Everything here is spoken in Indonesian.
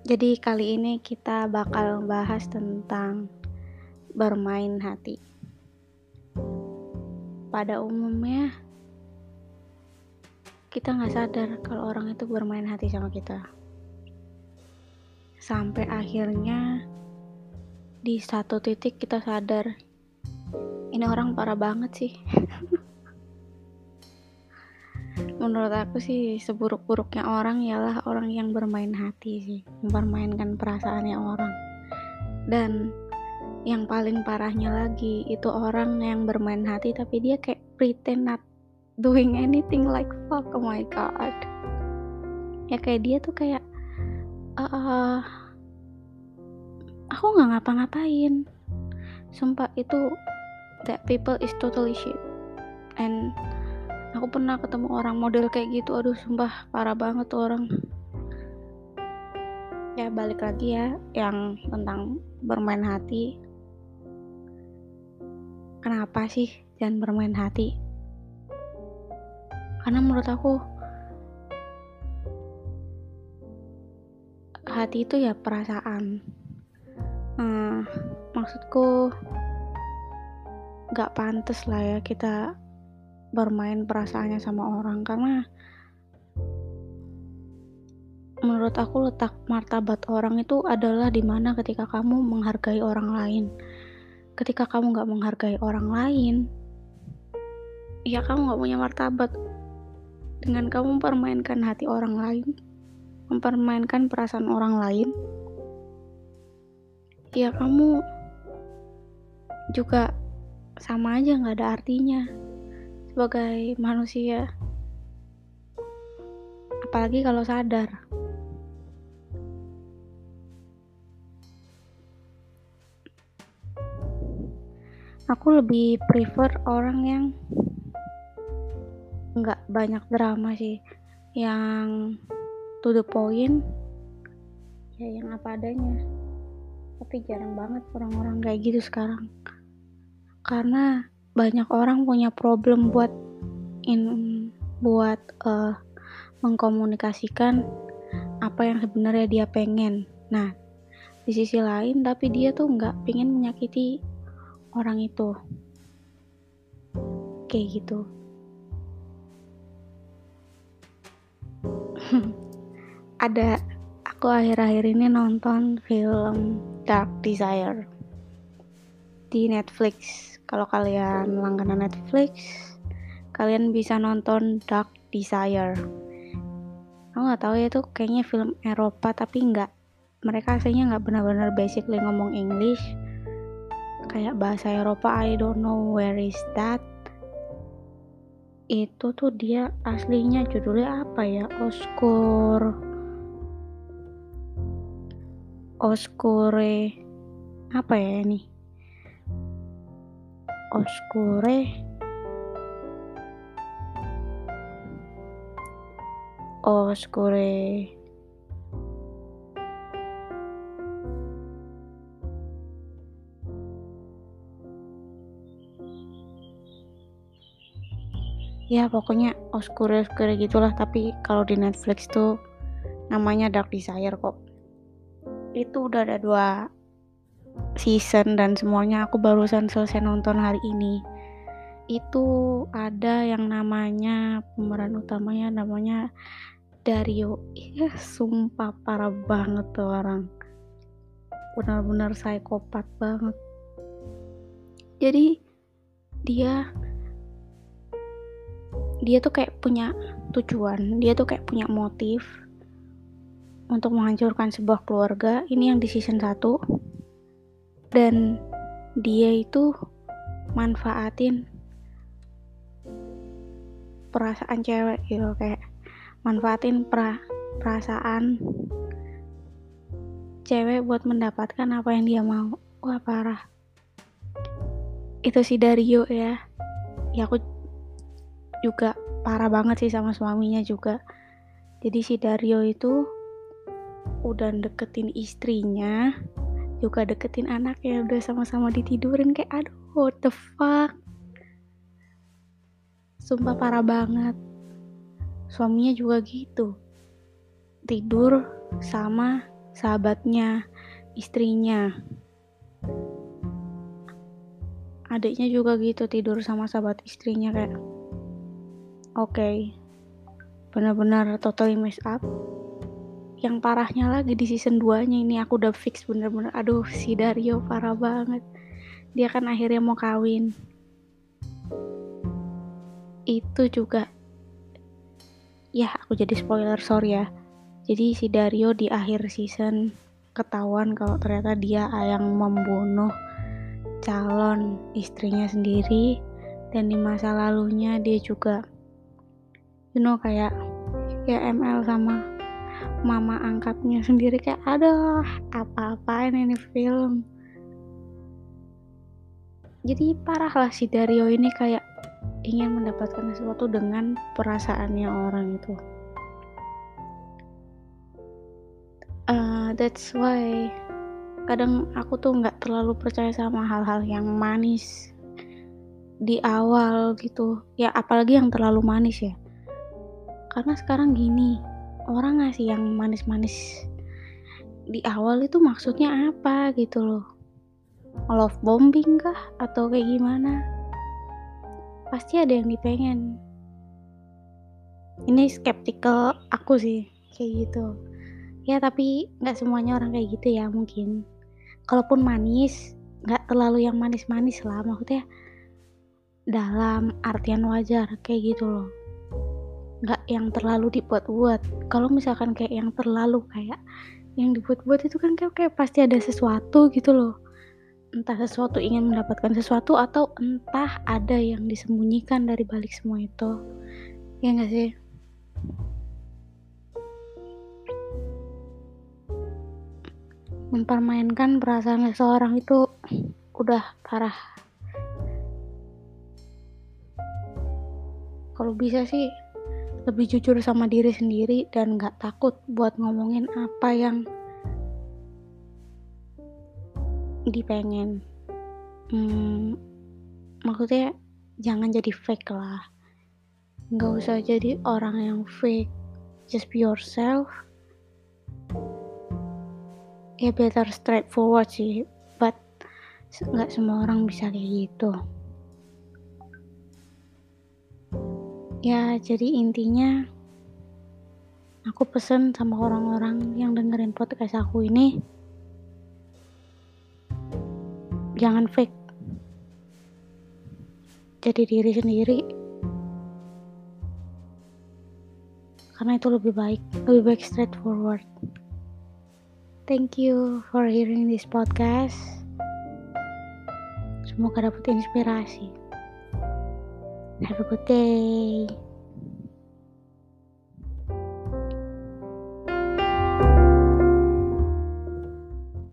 Jadi kali ini kita bakal bahas tentang bermain hati. Pada umumnya kita nggak sadar kalau orang itu bermain hati sama kita. Sampai akhirnya di satu titik kita sadar, ini orang parah banget sih. Menurut aku sih seburuk-buruknya orang ialah orang yang bermain hati sih, mempermainkan perasaannya orang. Dan yang paling parahnya lagi itu orang yang bermain hati tapi dia kayak pretend not doing anything, like fuck, oh my god. Ya kayak dia tuh kayak aku nggak ngapa-ngapain. Sumpah itu, that people is totally shit. And aku pernah ketemu orang model kayak gitu. Aduh sumpah parah banget tuh orang. Ya balik lagi ya yang tentang bermain hati. Kenapa sih jangan bermain hati? Karena menurut aku hati itu ya perasaan. Maksudku gak pantas lah ya kita bermain perasaannya sama orang, karena menurut aku letak martabat orang itu adalah dimana ketika kamu menghargai orang lain. Ketika kamu gak menghargai orang lain, ya kamu gak punya martabat. Dengan kamu mempermainkan hati orang lain, mempermainkan perasaan orang lain, ya kamu juga sama aja gak ada artinya sebagai manusia. Apalagi kalau sadar. Aku lebih prefer orang yang gak banyak drama sih, yang to the point, ya yang apa adanya. Tapi jarang banget orang-orang kayak gitu sekarang, karena banyak orang punya problem buat mengkomunikasikan apa yang sebenarnya dia pengen. Nah, di sisi lain tapi dia tuh nggak pengen menyakiti orang itu, kayak gitu. Aku akhir-akhir ini nonton film Dark Desire di Netflix. Kalau kalian langganan Netflix, kalian bisa nonton Dark Desire. Aku nggak tahu ya, itu kayaknya film Eropa, tapi mereka aslinya nggak benar-benar basically ngomong English, kayak bahasa Eropa. I don't know where is that. Itu tuh dia aslinya judulnya apa ya, Oscure apa ya ini, Oscure ya pokoknya Oscure gitulah. Tapi kalau di Netflix tuh namanya Dark Desire kok. Itu udah ada 2 season dan semuanya aku barusan selesai nonton hari ini. Itu ada yang namanya, pemeran utamanya namanya Dario. Iya sumpah parah banget tuh orang, benar-benar psikopat banget. Jadi dia tuh kayak punya tujuan, dia tuh kayak punya motif untuk menghancurkan sebuah keluarga. Ini yang di season 1. Dan dia itu manfaatin perasaan cewek gitu, kayak manfaatin perasaan cewek buat mendapatkan apa yang dia mau. Wah parah. Itu si Dario ya aku juga parah banget sih sama suaminya juga. Jadi si Dario itu udah deketin istrinya, juga deketin anaknya, udah sama-sama ditidurin. Kayak aduh, what the fuck. Sumpah parah banget. Suaminya juga gitu, tidur sama sahabatnya, istrinya. Adiknya juga gitu, tidur sama sahabat istrinya kayak oke. Benar-benar totally mess up. Yang parahnya lagi di season 2-nya ini aku udah fix bener-bener, aduh si Dario parah banget. Dia kan akhirnya mau kawin. Itu juga, ya aku jadi spoiler, sorry ya. Jadi si Dario di akhir season ketahuan kalau ternyata dia yang membunuh calon istrinya sendiri, dan di masa lalunya dia juga kayak ML sama mama angkatnya sendiri, kayak aduh apa-apaan ini film. Jadi parah lah si Dario ini kayak ingin mendapatkan sesuatu dengan perasaannya orang itu. That's why kadang aku tuh nggak terlalu percaya sama hal-hal yang manis di awal gitu ya, apalagi yang terlalu manis ya. Karena sekarang gini, orang ngasih yang manis-manis di awal itu maksudnya apa gitu loh. Love bombing kah atau kayak gimana? Pasti ada yang dipengen. Ini skeptical aku sih kayak gitu. Ya tapi nggak semuanya orang kayak gitu ya mungkin. Kalaupun manis, nggak terlalu yang manis-manis lah, maksudnya dalam artian wajar kayak gitu loh. Nggak yang terlalu dibuat-buat. Kalau misalkan kayak yang terlalu kayak yang dibuat-buat itu kan kayak pasti ada sesuatu gitu loh. Entah sesuatu ingin mendapatkan sesuatu atau entah ada yang disembunyikan dari balik semua itu. Ya nggak sih? Mempermainkan perasaan seseorang itu udah parah. Kalau bisa sih lebih jujur sama diri sendiri dan gak takut buat ngomongin apa yang dipengen. Maksudnya jangan jadi fake lah. Gak usah jadi orang yang fake. Just be yourself. Ya better straightforward sih, but gak semua orang bisa kayak gitu. Ya jadi intinya aku pesen sama orang-orang yang dengerin podcast aku ini, jangan fake. Jadi diri sendiri. Karena itu lebih baik straightforward. Thank you for hearing this podcast. Semoga dapat inspirasi. Have a good day.